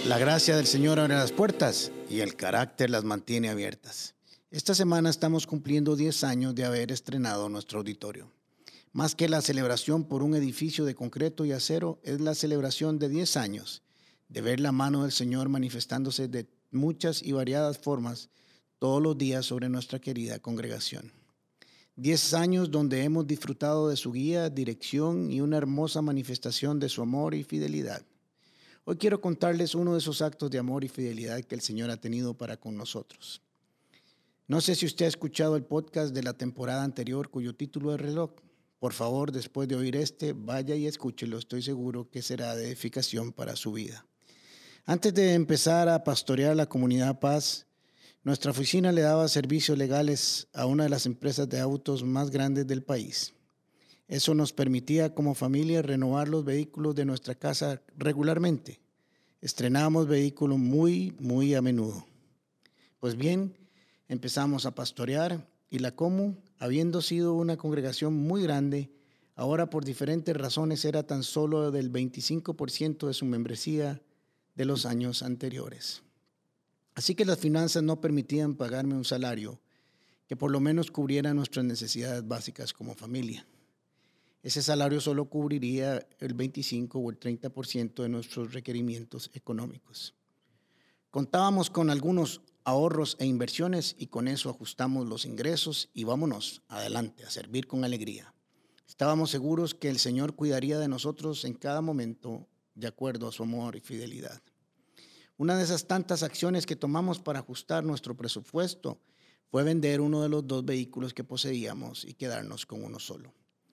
La gracia del Señor abre las puertas y el carácter las mantiene abiertas. Esta semana estamos cumpliendo 10 años de haber estrenado nuestro auditorio. Más que la celebración por un edificio de concreto y acero, es la celebración de 10 años, de ver la mano del Señor manifestándose de muchas y variadas formas todos los días sobre nuestra querida congregación. 10 años donde hemos disfrutado de su guía, dirección y una hermosa manifestación de su amor y fidelidad. Hoy quiero contarles uno de esos actos de amor y fidelidad que el Señor ha tenido para con nosotros. No sé si usted ha escuchado el podcast de la temporada anterior cuyo título es Reloj. Por favor, después de oír vaya y escúchelo. Estoy seguro que será de edificación para su vida. Antes de empezar a pastorear la comunidad Paz, nuestra oficina le daba servicios legales a una de las empresas de autos más grandes del país. Eso nos permitía como familia renovar los vehículos de nuestra casa regularmente. Estrenábamos vehículos muy a menudo. Pues bien, empezamos a pastorear y la Comu, habiendo sido una congregación muy grande, ahora por diferentes razones era tan solo del 25% de su membresía de los años anteriores. Así que las finanzas no permitían pagarme un salario que por lo menos cubriera nuestras necesidades básicas como familia. Ese salario solo cubriría el 25 o el 30% de nuestros requerimientos económicos. Contábamos con algunos ahorros e inversiones y con eso ajustamos los ingresos y vámonos adelante a servir con alegría. Estábamos seguros que el Señor cuidaría de nosotros en cada momento de acuerdo a su amor y fidelidad. Una de esas tantas acciones que tomamos para ajustar nuestro presupuesto fue vender uno de los 2 vehículos que poseíamos y quedarnos con uno solo.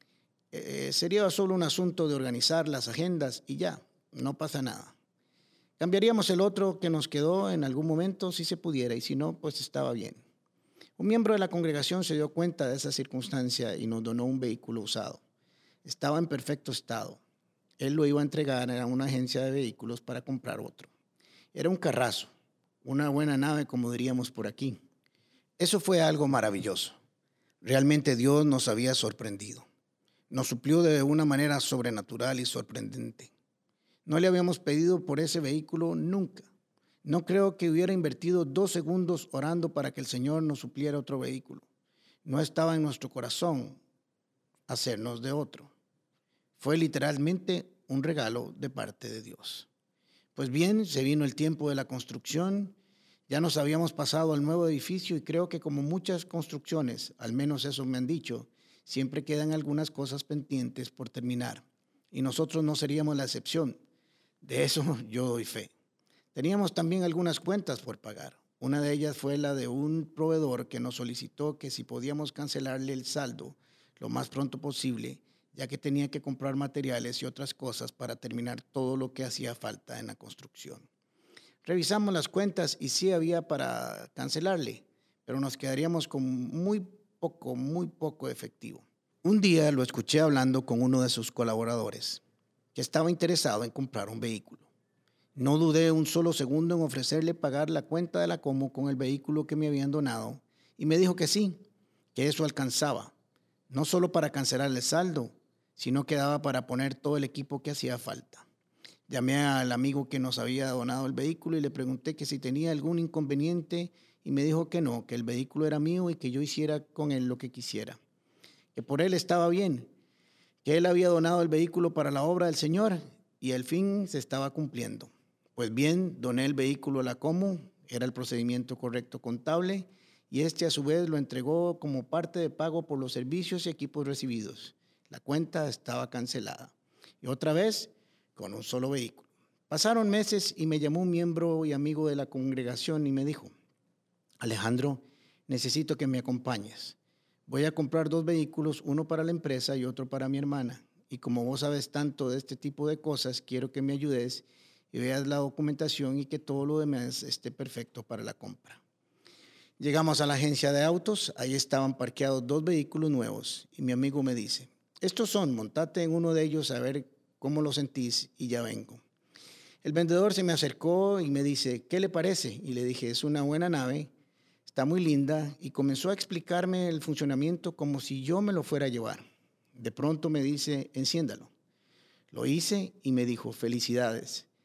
Sería solo un asunto de organizar las agendas y ya, no pasa nada. Cambiaríamos el otro que nos quedó en algún momento si se pudiera y si no, pues estaba bien. Un miembro de la congregación se dio cuenta de esa circunstancia y nos donó un vehículo usado. Estaba en perfecto estado. Él lo iba a entregar a una agencia de vehículos para comprar otro. Era un carrazo, una buena nave como diríamos por aquí. Eso fue algo maravilloso. Realmente Dios nos había sorprendido. Nos suplió de una manera sobrenatural y sorprendente. No le habíamos pedido por ese vehículo nunca. No creo que hubiera invertido 2 segundos orando para que el Señor nos supliera otro vehículo. No estaba en nuestro corazón hacernos de otro. Fue literalmente un regalo de parte de Dios. Pues bien, se vino el tiempo de la construcción. Ya nos habíamos pasado al nuevo edificio y creo que como muchas construcciones, al menos eso me han dicho, siempre quedan algunas cosas pendientes por terminar y nosotros no seríamos la excepción. De eso yo doy fe. Teníamos también algunas cuentas por pagar. Una de ellas fue la de un proveedor que nos solicitó que si podíamos cancelarle el saldo lo más pronto posible, ya que tenía que comprar materiales y otras cosas para terminar todo lo que hacía falta en la construcción. Revisamos las cuentas y sí había para cancelarle, pero nos quedaríamos con muy poco efectivo. Un día lo escuché hablando con uno de sus colaboradores, que estaba interesado en comprar un vehículo. No dudé un solo segundo en ofrecerle pagar la cuenta de la Comu con el vehículo que me habían donado y me dijo que sí, que eso alcanzaba, no solo para cancelar el saldo, sino que daba para poner todo el equipo que hacía falta. Llamé al amigo que nos había donado el vehículo y le pregunté que si tenía algún inconveniente y me dijo que no, que el vehículo era mío y que yo hiciera con él lo que quisiera, que por él estaba bien, que él había donado el vehículo para la obra del Señor y el fin se estaba cumpliendo. Pues bien, doné el vehículo a la Comu, era el procedimiento correcto contable y este a su vez lo entregó como parte de pago por los servicios y equipos recibidos. La cuenta estaba cancelada y otra vez con un solo vehículo. Pasaron meses y me llamó un miembro y amigo de la congregación y me dijo: Alejandro, necesito que me acompañes. Voy a comprar 2 vehículos, uno para la empresa y otro para mi hermana. Y como vos sabes tanto de este tipo de cosas, quiero que me ayudes y veas la documentación y que todo lo demás esté perfecto para la compra. Llegamos a la agencia de autos, ahí estaban parqueados 2 vehículos nuevos y mi amigo me dice: estos son, montate en uno de ellos a ver cómo lo sentís y ya vengo. El vendedor se me acercó y me dice: ¿qué le parece? Y le dije: es una buena nave, está muy linda, y comenzó a explicarme el funcionamiento como si yo me lo fuera a llevar. De pronto me dice: enciéndalo. Lo hice y me dijo: felicidades.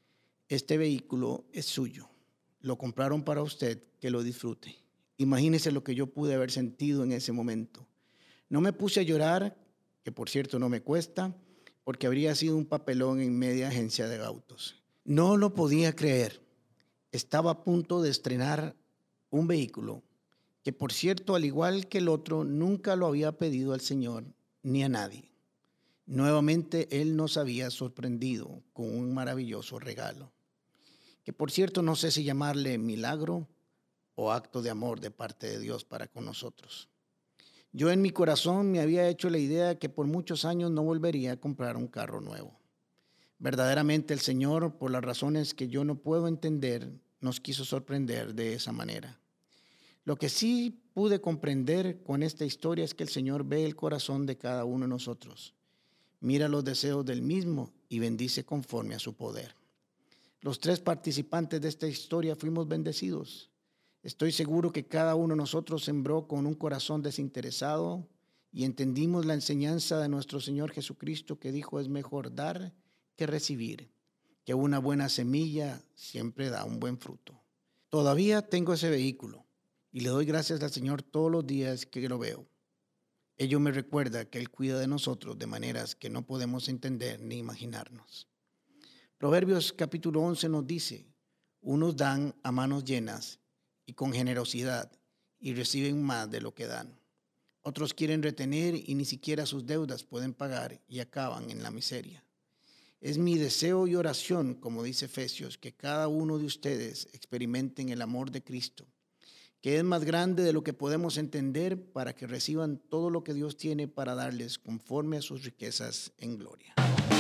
Este vehículo es suyo. Lo compraron para usted, que lo disfrute. Imagínese lo que yo pude haber sentido en ese momento. No me puse a llorar, que por cierto no me cuesta, porque habría sido un papelón en media agencia de autos. No lo podía creer. Estaba a punto de estrenar un vehículo que, por cierto, al igual que el otro, nunca lo había pedido al Señor ni a nadie. Nuevamente, Él nos había sorprendido con un maravilloso regalo, que por cierto no sé si llamarle milagro o acto de amor de parte de Dios para con nosotros. Yo en mi corazón me había hecho la idea que por muchos años no volvería a comprar un carro nuevo. Verdaderamente el Señor, por las razones que yo no puedo entender, nos quiso sorprender de esa manera. Lo que sí pude comprender con esta historia es que el Señor ve el corazón de cada uno de nosotros, mira los deseos del mismo y bendice conforme a su poder. Los 3 participantes de esta historia fuimos bendecidos. Estoy seguro que cada uno de nosotros sembró con un corazón desinteresado y entendimos la enseñanza de nuestro Señor Jesucristo, que dijo: es mejor dar que recibir, que una buena semilla siempre da un buen fruto. Todavía tengo ese vehículo y le doy gracias al Señor todos los días que lo veo. Ello me recuerda que Él cuida de nosotros de maneras que no podemos entender ni imaginarnos. Proverbios capítulo 11 nos dice: unos dan a manos llenas y con generosidad y reciben más de lo que dan. Otros quieren retener y ni siquiera sus deudas pueden pagar y acaban en la miseria. Es mi deseo y oración, como dice Efesios, que cada uno de ustedes experimenten el amor de Cristo, que es más grande de lo que podemos entender, para que reciban todo lo que Dios tiene para darles conforme a sus riquezas en gloria.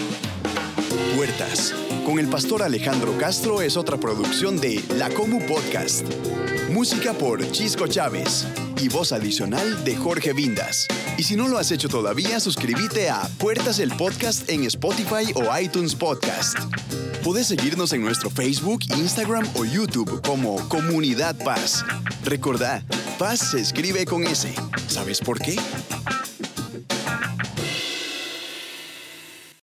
Puertas, con el pastor Alejandro Castro, es otra producción de La Comu Podcast. Música por Chisco Chávez y voz adicional de Jorge Vindas. Y si no lo has hecho todavía, suscríbete a Puertas el Podcast en Spotify o iTunes Podcast. Puedes seguirnos en nuestro Facebook, Instagram o YouTube como Comunidad Paz. Recordá, Paz se escribe con S. ¿Sabes por qué?